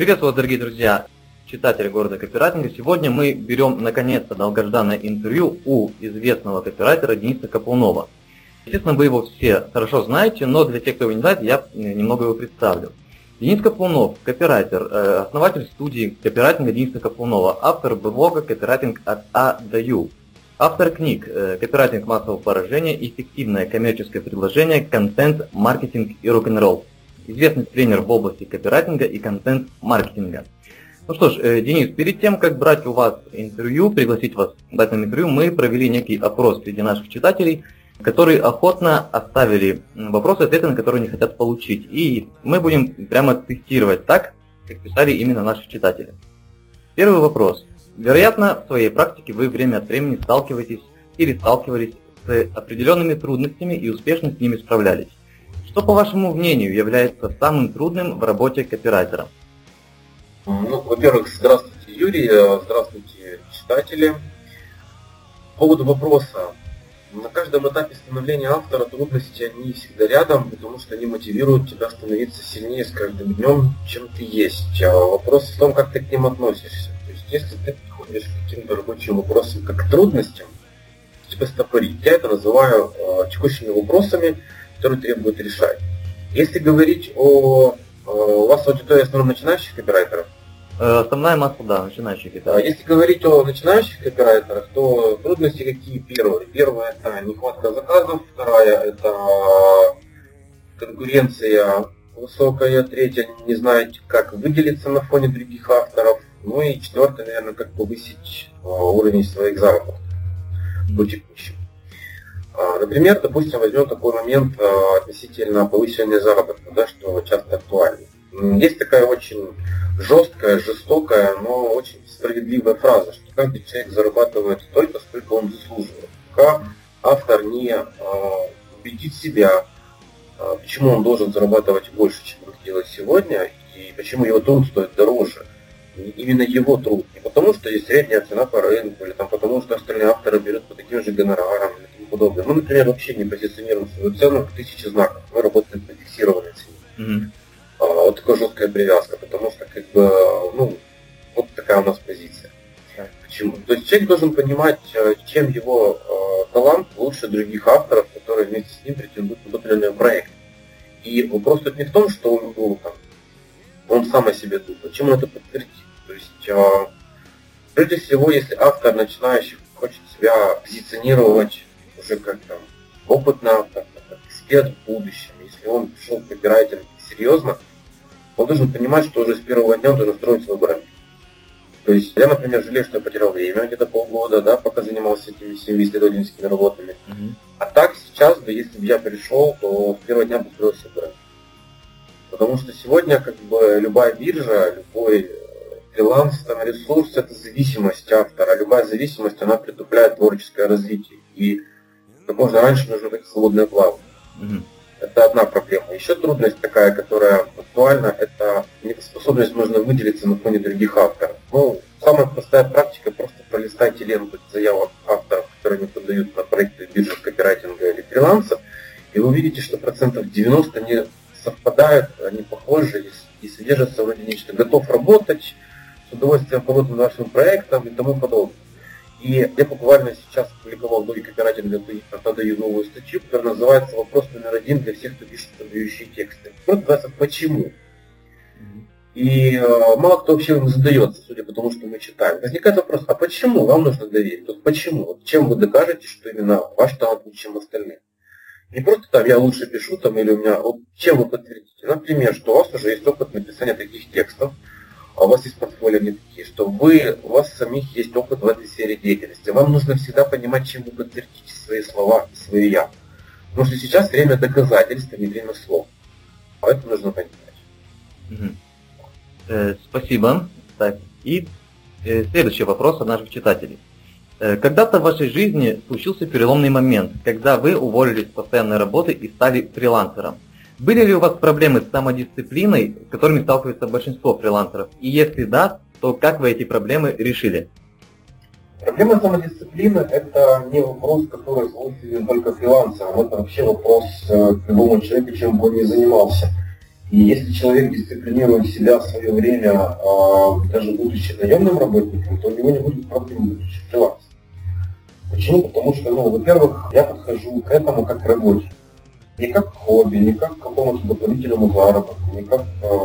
Приветствую вас, дорогие друзья, читатели города копирайтинга. Сегодня мы берем, наконец-то, долгожданное интервью у известного копирайтера Дениса Каплунова. Естественно, вы его все хорошо знаете, но для тех, кто его не знает, я немного его представлю. Денис Каплунов, копирайтер, основатель студии копирайтинга Дениса Каплунова, автор блога «Копирайтинг от А до Ю», автор книг «Копирайтинг массового поражения», «Эффективное коммерческое предложение», «Контент, маркетинг и рок-н-ролл». Известный тренер в области копирайтинга и контент-маркетинга. Ну что ж, Денис, перед тем, как брать у вас интервью, пригласить вас дать нам интервью, мы провели некий опрос среди наших читателей, которые охотно оставили вопросы, ответы на которые они хотят получить. И мы будем прямо тестировать так, как писали именно наши читатели. Первый вопрос. Вероятно, в своей практике вы время от времени сталкиваетесь или сталкивались с определенными трудностями и успешно с ними справлялись. Что, по вашему мнению, является самым трудным в работе копирайтера? Ну, во-первых, здравствуйте, Юрий, здравствуйте, читатели. По поводу вопроса. На каждом этапе становления автора трудности, они всегда рядом, потому что они мотивируют тебя становиться сильнее с каждым днем, чем ты есть. А вопрос в том, как ты к ним относишься. То есть, если ты подходишь к каким-то рабочим вопросам, как к трудностям, тебя стопорить. Я это называю текущими вопросами, которые требуют решать. Если говорить у вас аудитория в основном начинающих копирайтеров? Основная масса, да, начинающих копирайтеров. Если говорить о начинающих копирайтерах, то трудности какие первые? Первая – это нехватка заказов, вторая – это конкуренция высокая, третья – не знаете, как выделиться на фоне других авторов, ну и четвертая, наверное, как повысить уровень своих заработков по текущему. Например, допустим, возьмем такой момент относительно повышения заработка, да, что часто актуально. Есть такая очень жесткая, жестокая, но очень справедливая фраза, что каждый человек зарабатывает столько, сколько он заслуживает. Пока автор не убедит себя, почему он должен зарабатывать больше, чем он делает сегодня, и почему его труд стоит дороже. Именно его труд. Не потому, что есть средняя цена по рынку, или там, потому, что остальные авторы берут по таким же гонорарам, или тому подобное. Мы, например, вообще не позиционируем свою цену в 1000 знаков. Мы работаем по фиксированной цене. Вот такая жесткая привязка, потому что, как бы, ну, вот такая у нас позиция. Почему? То есть человек должен понимать, чем его талант лучше других авторов, которые вместе с ним претендуют на определенный проект. И вопрос тут не в том, что у него там, он сам о себе думает, а чем он это подтвердит. То есть, прежде всего, если автор начинающий хочет себя позиционировать уже как там опытный автор, как эксперт в будущем, если он пришел в копирайтинг серьезно, он должен понимать, что уже с первого дня он должен строить свой бренд. То есть я, например, жалею, что я потерял время где-то полгода, да, пока занимался этими всеми исследовательскими работами. А так сейчас, да, если бы я пришел, то с первого дня бы строил свой бренд. Потому что сегодня как бы любая биржа, любой фриланс, там, ресурс – это зависимость автора. Любая зависимость, она притупляет творческое развитие. И как можно раньше нужно быть свободное плавание. Это одна проблема. Еще трудность такая, которая актуальна, это неспособность можно выделиться на фоне других авторов. Ну, самая простая практика, просто пролистайте ленту заявок авторов, которые они подают на проекты биржи копирайтинга или фриланса, и вы увидите, что 90% они совпадают, они похожи и содержатся вроде нечто. Готов работать, с удовольствием поработать над вашим проектом и тому подобное. И я буквально сейчас опубликовал в блоге копирайтинга «Отдаю новую статью», которая называется «Вопрос номер 1 для всех, кто пишет продающие тексты». Вопрос называется «Почему?». И мало кто вообще им задается, судя по тому, что мы читаем. Возникает вопрос, а почему вам нужно доверить? Вот почему? Вот чем вы докажете, что именно ваш талант лучше, чем остальные? Не просто там я лучше пишу, там, или у меня, вот чем вы подтвердите? Например, что у вас уже есть опыт написания таких текстов, а у вас есть портфолио не такие, что у вас самих есть опыт в этой сфере деятельности. Вам нужно всегда понимать, чем вы подтвердите свои слова, свои я. Потому что сейчас время доказательств, а не время слов. А это нужно понимать. Спасибо. Так, и следующий вопрос от наших читателей. Когда-то в вашей жизни случился переломный момент, когда вы уволились с постоянной работы и стали фрилансером. Были ли у вас проблемы с самодисциплиной, с которыми сталкивается большинство фрилансеров? И если да, то как вы эти проблемы решили? Проблема самодисциплины – это не вопрос, который свойственен только фрилансерам. Это вообще вопрос к любому человеку, чем бы он ни занимался. И если человек дисциплинирует себя в свое время, даже будучи наемным работником, то у него не будет проблем будучи фрилансером. Почему? Потому что, во-первых, я подхожу к этому как к работе. Не как к хобби, не как к какому-то дополнительному заработку, не как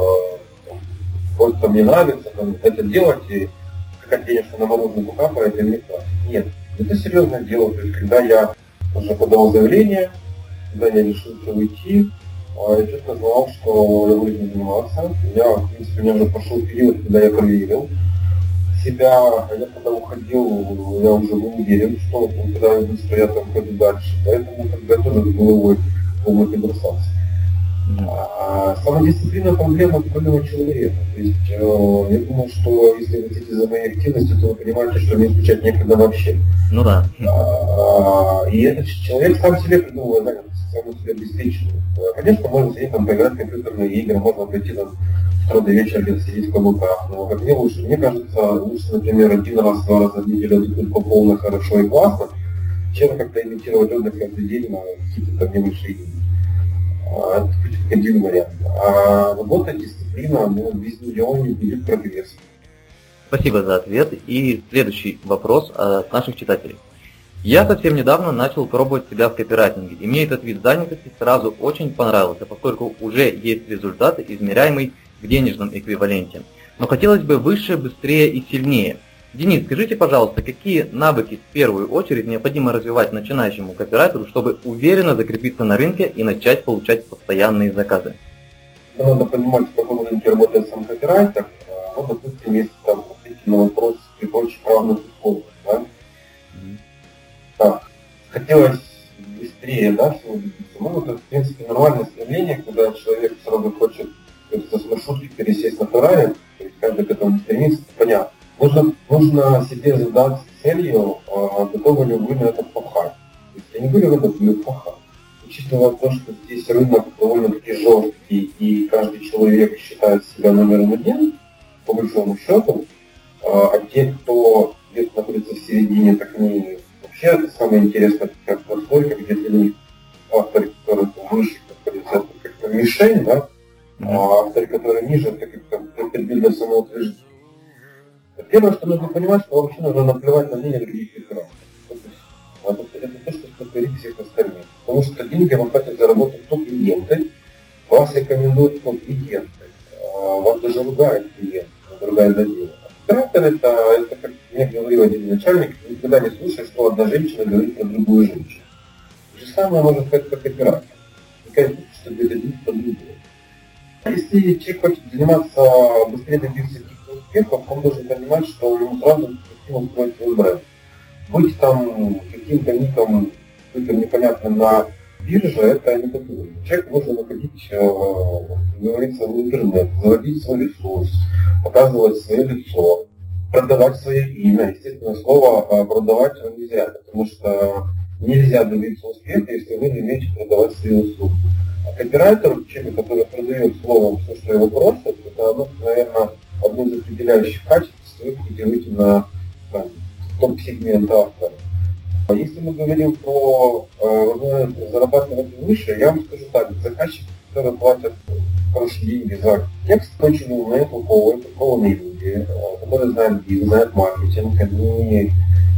просто мне нравится это делать, и как денежка на мороженку капает, и мне платят. Нет, это серьезное дело. То есть, когда я уже подал заявление, когда я решился уйти, я честно знал, что я буду этим заниматься. В принципе, у меня уже прошел период, когда я проверил себя, а я когда уходил, я уже был уверен, что когда я быстро я там пойду дальше. Поэтому когда я тоже с головой в это бросался. Самодисциплина проблема человека. То есть я думаю, что если вы хотите за моей активностью, то вы понимаете, что мне скучать некогда вообще. Ну да. И этот человек сам себе придумывает занятость, сам себя обеспечивает. Конечно, можно сидеть там, поиграть в компьютерные игры, можно пойти там с утра до вечера где-то сидеть в каблуках. Но как мне лучше? Мне кажется, лучше, например, 1 раз, 2 раза в неделю отдохнуть по полной хорошо и классно, чем как-то имитировать отдых каждый день на какие-то там небольшие деньги. Это один вариант. А работа, дисциплина, без нее не будет прогресса. Спасибо за ответ. И следующий вопрос от наших читателей. Я совсем недавно начал пробовать себя в копирайтинге, и мне этот вид занятости сразу очень понравился, поскольку уже есть результаты, измеряемые в денежном эквиваленте. Но хотелось бы выше, быстрее и сильнее. Денис, скажите, пожалуйста, какие навыки в первую очередь необходимо развивать начинающему копирайтеру, чтобы уверенно закрепиться на рынке и начать получать постоянные заказы? Надо понимать, в каком рынке работает сам копирайтер. Допустим, если там относительно вопрос при прочих равных условиях, да? Так, хотелось быстрее, да, всего добиться. Это, в принципе, нормальное стремление, когда человек сразу хочет с маршрутки пересесть на Феррари, то есть каждый к этому стремится, понятно. Нужно себе задать целью, готовы ли вы на это пахать. То есть я не говорю, это будет пахать. Учитывая то, что здесь рынок довольно-таки жесткий, и каждый человек считает себя номером 1, по большому счету, а те, кто где-то находится в середине, так они вообще это самое интересное, как прослойка, где для них авторы, которые выше, как говорится, это как мишень, да, а авторы, которые ниже, это как предмет для самоутверждения. Первое, что нужно понимать, что вообще нужно наплевать на мнение других копирайтеров. Это то, что повторит всех остальных. Потому что деньги вам хотят заработать то клиенты, вас рекомендуют то клиенты, вас даже ругает клиент, ругает за дело. Копирайтер это как мне говорил один начальник, никогда не слушай, что одна женщина говорит про другую женщину. То же самое можно сказать про копирайтер. Никогда не что говорит один про другого. Если человек хочет заниматься быстрее добиться каких-то успехов, он должен понимать, что ему сразу необходимо устроить свой бренд. Быть там каким-то ником, каким-то непонятным на бирже, это не такое. Человек должен выходить, как говорится, в интернет, заводить свой ресурс, показывать свое лицо, продавать свое имя. Естественно, слово продавать нельзя, потому что нельзя добиться успеха, если вы не умеете продавать свою услугу. А копирайтер, человек, который продает словом все, что его просят, это, наверное, одно из определяющих качеств, что вы хотите выйти на топ-сегмент автора. А если мы говорим про возможность зарабатывать выше, я вам скажу так, заказчики, которые платят хорошие деньги за текст, очень умные, толковые люди, которые знают бизнес, знают маркетинг, они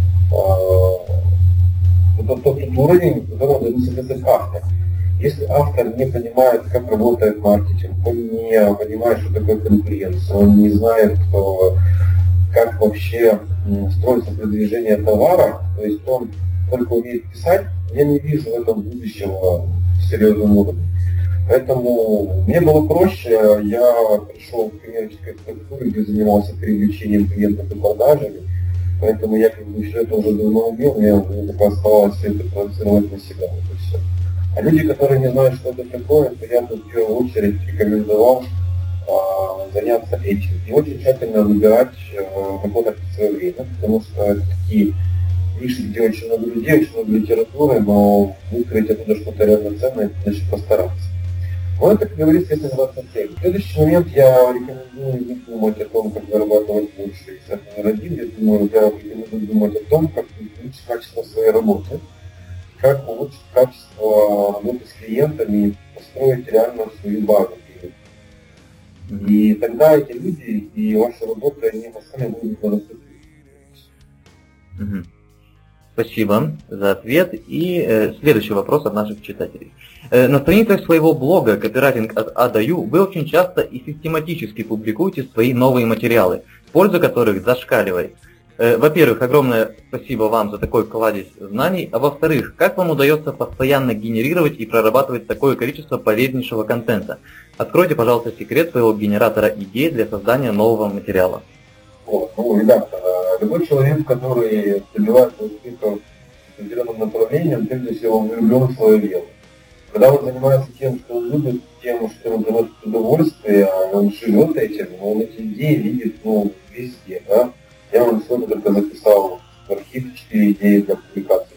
это тот уровень, которого должен соответствовать автор. Если автор не понимает, как работает маркетинг, он не понимает, что такое конкуренция, он не знает, как вообще строится продвижение товара, то есть он только умеет писать, я не вижу в этом будущего в серьезном уровне. Поэтому мне было проще, я пришел в коммерческую структуру, где занимался привлечением клиентов и продажами, поэтому я как бы все это уже давно умел, мне только оставалось все это транслировать на себя. Вот и все. А люди, которые не знают, что это такое, то я тут в первую очередь рекомендовал заняться этим. И очень тщательно выбирать работать в свое время, потому что это такие ниши, где очень много людей, очень много литературы, но выкрыть оттуда что-то реально ценное, значит постараться. Но это, как говорится, если задаться целью. В следующий момент я рекомендую не думать о том, как зарабатывать больше, если это номер один, я рекомендую думать о том, как улучшить качество своей работы, как улучшить качество работы с клиентами и построить реально свою базу клиентов. И тогда эти люди и ваша работа, они сами будут доступны. Спасибо за ответ. И следующий вопрос от наших читателей. На страницах своего блога «Копирайтинг от А до Ю» вы очень часто и систематически публикуете свои новые материалы, польза которых зашкаливает. Во-первых, огромное спасибо вам за такой кладезь знаний, а во-вторых, как вам удается постоянно генерировать и прорабатывать такое количество полезнейшего контента? Откройте, пожалуйста, секрет своего генератора идей для создания нового материала. Ребята, любой человек, который добивается успеха в определенном направлении, он прежде всего влюблен в свое дело. Когда он занимается тем, что он любит, тем, что ему приносит удовольствие, а он живет этим, он эти идеи видит везде. Да? Я вам сегодня только записал в архив 4 идеи для публикации.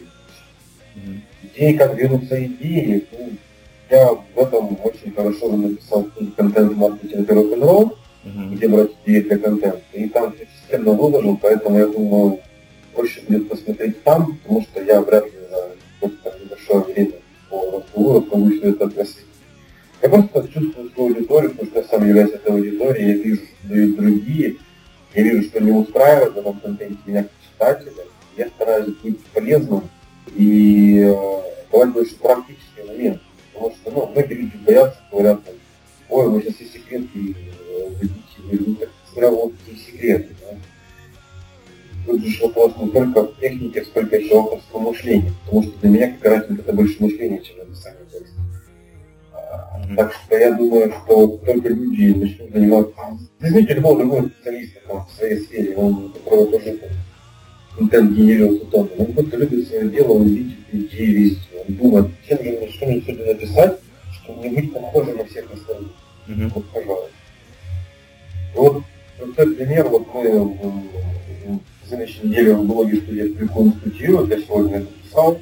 Идеи, как ведутся идеи, я в этом очень хорошо написал контент-маркетинг и рок-н-ролл, где брать идеи для контента. И там все системно выложил, поэтому я думаю, проще будет посмотреть там, потому что я вряд ли за какое-то небольшое время по разговору смогу все это отразить. Я просто чувствую свою аудиторию, потому что я сам являюсь этой аудиторией, я вижу, что дают другие, я вижу, что не устраивает в этом контенте меня как читателя. Я стараюсь быть полезным и давать больше практический момент. Потому что многие люди боятся, говорят, ой, вы сейчас все секреты введите, так сказать, вот такие секреты. Да? Тут же вопрос не только в технике, сколько еще вопрос в мышлении. Потому что для меня копирайтинг это больше мышление, чем написание текста. Так что я думаю, что только люди начнут заниматься. Возьмите любого другого специалиста в своей сфере, у которого тоже контент генерируется тонны. Он просто любит свое дело, он видит идеи везде. Он думает, чем же мне что-нибудь сегодня написать, чтобы не быть похожим на всех остальных. Вот, пожалуйста. Вот простой пример, вот мы в следующей неделе в блоге «Студия Прикольно студирует», я сегодня написал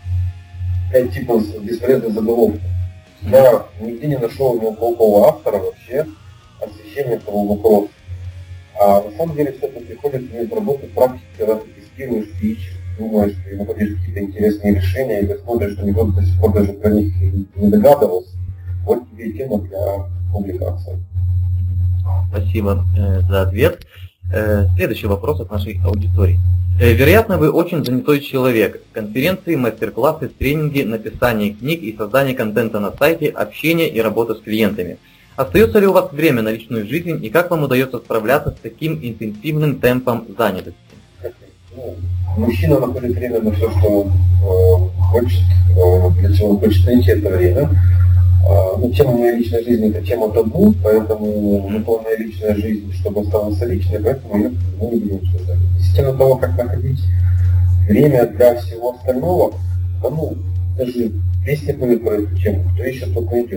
5 типов бесполезной заголовки. Я нигде не нашел ни у какого автора вообще освещения этого вопроса. А на самом деле все это приходит в работу практики, когда ты тестируешь, ты ищешь, думаешь, ты находишь какие-то интересные решения, и ты смотришь, что никто до сих пор даже про них не догадывался. Вот тебе и тема для публикации. Спасибо за ответ. Следующий вопрос от нашей аудитории. Вероятно, вы очень занятой человек. Конференции, мастер-классы, тренинги, написание книг и создание контента на сайте, общение и работа с клиентами. Остается ли у вас время на личную жизнь и как вам удается справляться с таким интенсивным темпом занятости? Мужчина находит время на все, что он хочет, для чего он хочет найти это время. Тема моей личной жизни – это тема табу, поэтому полная личная жизнь, чтобы оставаться личной, поэтому я не буду обсуждать. Система того, как находить время для всего остального, даже песни будет про эту тему, кто еще только идет.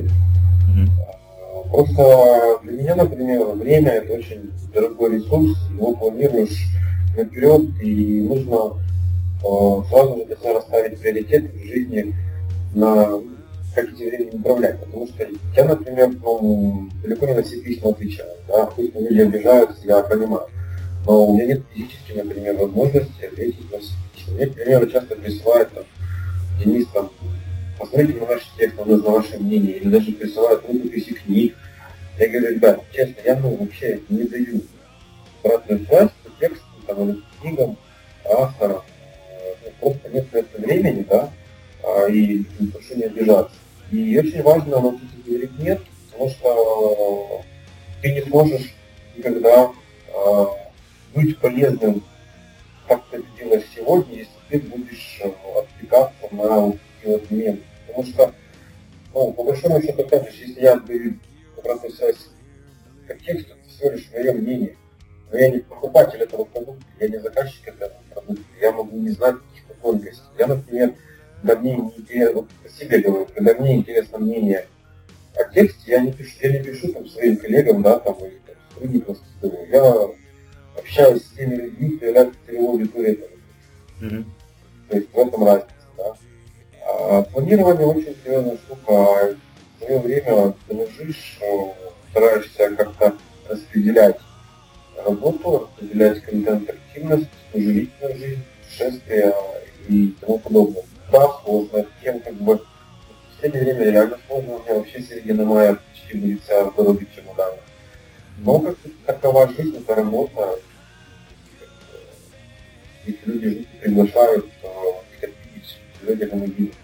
Просто для меня, например, время – это очень дорогой ресурс, его планируешь наперед, и нужно сразу же для себя расставить приоритеты в жизни на как эти времени управлять, потому что я, например, далеко не на все письма отвечаю, да, пусть люди обижаются, я понимаю, но у меня нет физически, например, возможности ответить на все письма. Мне, к примеру, часто присылают, Денис, посмотрите на ваш текст, нам нужно ваше мнение, или даже присылают рукописи книг. Я говорю, ребят, честно, я вообще не даю обратную связь по тексту, или книгам, авторам, просто нет на это времени, да, и прошу не обижаться. И очень важно научиться говорить «нет», потому что ты не сможешь никогда быть полезным, как ты это делаешь сегодня, если ты будешь отвлекаться на этот момент. Потому что, по большому счету, опять же, если я даю обратную связь как текст, это всего лишь мое мнение. Но я не покупатель этого продукта, я не заказчик этого продукта, я могу не знать каких-то тонкостей. Я, например, когда мне интересно, по себе говорю, когда мне интересно мнение о тексте, я не пишу своим коллегам, да, или сотрудникам, я общаюсь с теми людьми, кто является целевой аудиторией этого. То есть в этом разница, да. Планирование очень серьезная штука. В свое время ты лежишь, стараешься как-то распределять работу, распределять контент-активность, личную жизнь, путешествия и тому подобное. Да, сложно, тем в последнее время реально сложно, у меня вообще середина мая почти будет вся в дороге чемодана. Но как такова жизнь, это работа. Если люди жизнь приглашают, то хотят видеть, люди это не видят.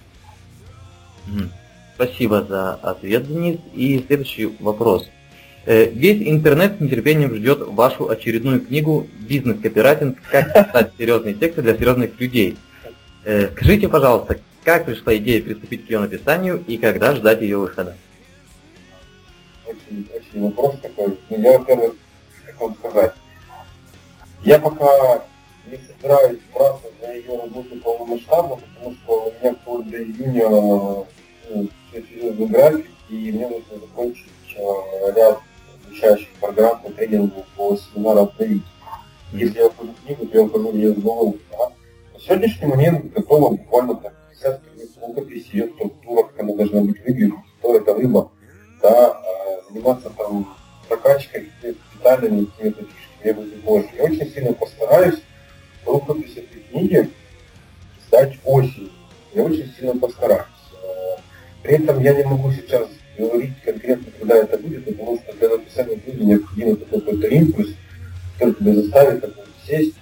Спасибо за ответ, Денис. И следующий вопрос. Весь интернет с нетерпением ждет вашу очередную книгу «Бизнес-копирайтинг. Как писать серьезные тексты для серьезных людей». Скажите, пожалуйста, как пришла идея приступить к ее написанию и когда ждать ее выхода? Очень вопрос такой. Я, во-первых, как вам сказать, я пока не собираюсь браться за ее работу полномасштабно, потому что у меня вплоть до июня серьезный график, и мне нужно закончить ряд обучающих программ по тренингу, по семинарам «Отдавить». Если я вхожу в книгу, то я вхожу в нее с головой. На сегодняшний момент готова буквально так 50 страниц рукописи, ее структура, как она должна быть выглядеть, кто это рыба, да, заниматься там прокачкой деталями, какими-то фишками я буду позже. Я очень сильно постараюсь рукопись этой книги сдать осенью. Я очень сильно постараюсь. При этом я не могу сейчас говорить конкретно, когда это будет, потому что для написания книги необходим какой-то импульс, который тебя заставит так вот сесть.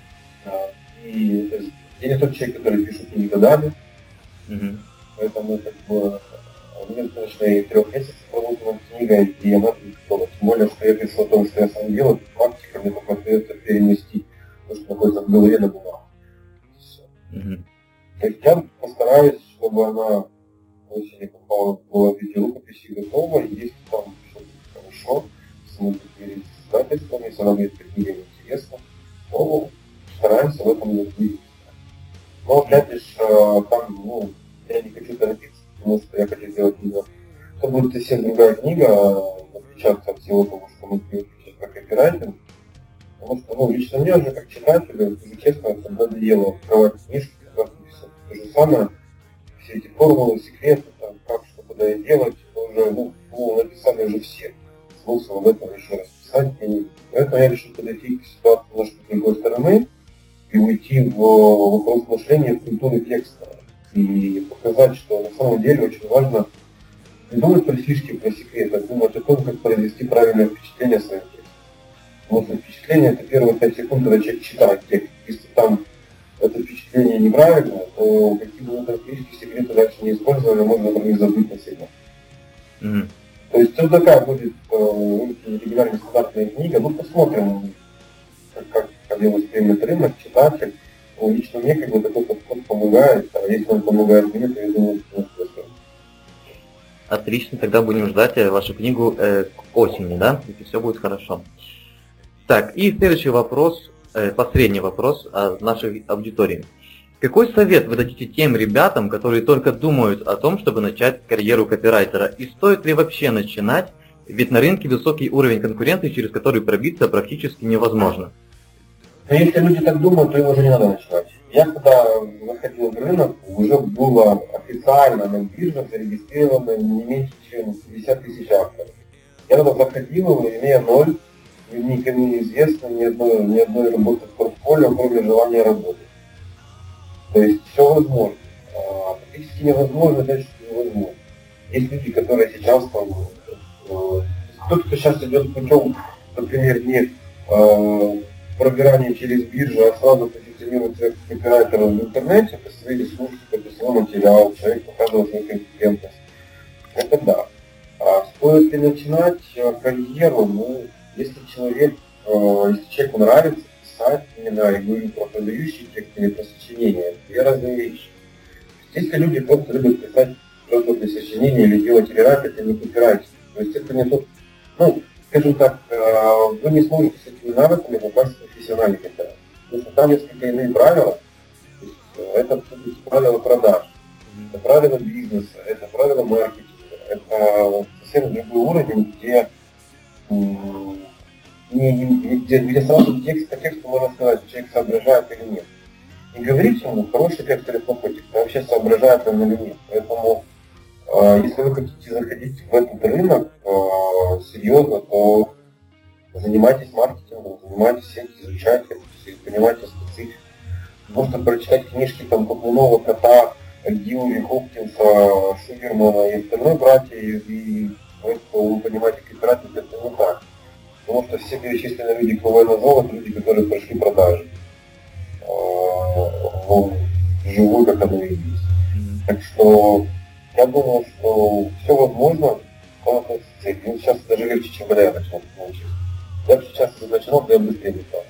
И то есть, я не тот человек, который пишет книги годами, поэтому как бы у меня точно и 3 месяцев работы над книгой, и она будет готова. Тем более, что я пишу о том, что я сам делаю, практика мне только остается перенести то, что находится в голове на бумагу. То есть я постараюсь, чтобы она осенью попала в виде рукописи готова, и если там все будет хорошо, если мы будем говорить с издательством, если она будет книга интересна, то стараемся в этом двигаться. Но опять же, там, я не хочу торопиться, потому что я хочу сделать книгу. Это будет совсем другая книга, отличаться от всего того, что мы привыкли как копирайтинг. Потому что, лично мне уже как читателю, скажу честно, это надоело открывать книжку, как написать то же самое. Все эти формулы, секреты, там, как что куда и делать, уже, написали уже все. Смысл в этом еще раз писать. И поэтому я решил подойти к ситуации немножко с другой стороны и уйти в вопрос мышления, в культуру текста. И показать, что на самом деле очень важно не думать про фишки, про секреты, а думать о том, как произвести правильное впечатление своим текстом. Потому что впечатление – это первые 5 секунд, когда человек читает текст. Если там это впечатление неправильное, то какие бы это фишки, секреты дальше не использовали, можно про них забыть навсегда. То есть вот такая будет регулярная стандартная книга. Посмотрим, как ее воспримет рынок, читатель. Лично мне как бы такой подход помогает, а если он помогает мне, то я думаю, что это хорошо. Отлично, тогда будем ждать вашу книгу к осени, да, если все будет хорошо. Так, и следующий вопрос, последний вопрос от нашей аудитории. Какой совет вы дадите тем ребятам, которые только думают о том, чтобы начать карьеру копирайтера? И стоит ли вообще начинать? Ведь на рынке высокий уровень конкуренции, через который пробиться практически невозможно. Но если люди так думают, то им уже не надо начинать. Я когда заходил в рынок, уже было официально на биржах зарегистрировано не меньше, чем 50 тысяч авторов. Я туда заходил, имея 0, никому не известно, ни одной работы в портфолио, кроме желания работать. То есть все возможно. Практически невозможно, дальше невозможно. Есть люди, которые сейчас там, тот, кто сейчас идет путем, например, не пробирание через биржу, а сразу позиционирует себя как копирайтера в интернете, посмотрели, слушать какой-то свой материал, человек показывает свою компетентность. Это да. А стоит ли начинать карьеру? Если человеку нравится писать, именно я говорю про продающие тексты или про сочинения, это две разные вещи. Если люди просто любят писать что-то для сочинения или делать рерайт, это не копирайтинг. То есть это не тот, скажем так, вы не сможете с этими навыками попасть в профессиональный копирайт. Потому что там несколько иные правила. То есть, это правила продаж, это правила бизнеса, это правила маркетинга. Это совсем другой уровень, где сразу текст по тексту можно сказать, человек соображает или нет. Не говорить ему, хороший текст или плохой текст, а вообще соображает он или нет. Поэтому, если вы хотите заходить в этот рынок серьезно, то занимайтесь маркетингом, занимайтесь сетью, изучайте, понимайте специфику. Можно прочитать книжки там Каплунова, Кота, Гилви, Хопкинса, Шугермана и остальной братья, и вы понимаете, копирайтинг это не так. Потому что все перечисленные люди, кто военнозол, это люди, которые прошли продажи. Вживую, как оно и есть. Так что я думаю, что все возможно, главное с целью. Ну, сейчас даже легче, чем когда я начал научиться. Я бы сейчас начинал, то я быстрее не стал.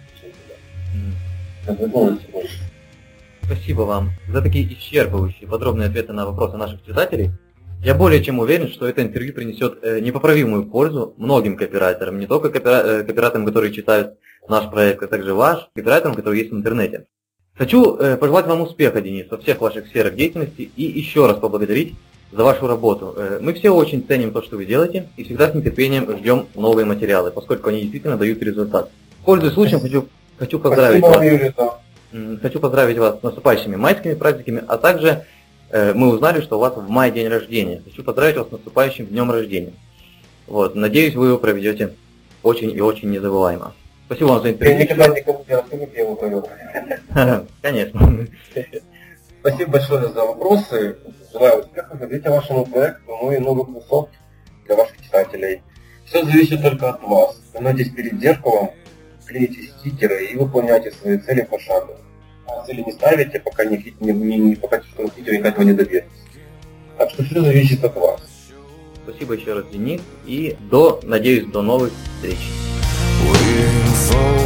Больше. Спасибо вам за такие исчерпывающие, подробные ответы на вопросы наших читателей. Я более чем уверен, что это интервью принесет непоправимую пользу многим копирайтерам, не только копирайтерам, которые читают наш проект, а также ваш, копирайтерам, которые есть в интернете. Хочу пожелать вам успеха, Денис, во всех ваших сферах деятельности и еще раз поблагодарить за вашу работу. Мы все очень ценим то, что вы делаете, и всегда с нетерпением ждем новые материалы, поскольку они действительно дают результат. Пользуясь случаем, хочу поздравить вас. Хочу поздравить вас с наступающими майскими праздниками, а также мы узнали, что у вас в мае день рождения. Хочу поздравить вас с наступающим днем рождения. Вот, надеюсь, вы его проведете очень и очень незабываемо. Спасибо вам за интервью. Я никогда никому не расскажу, как я его провел. Конечно. Спасибо большое за вопросы. Желаю успехов, развития вашему проекту, ну и новых высот для ваших читателей. Все зависит только от вас. Становитесь перед зеркалом, клеите стикеры и выполняйте свои цели пошагово. А цели не ставите, пока не хотите, никак вы не добьетесь. Так что все зависит от вас. Спасибо еще раз, Денис, и надеюсь, до новых встреч.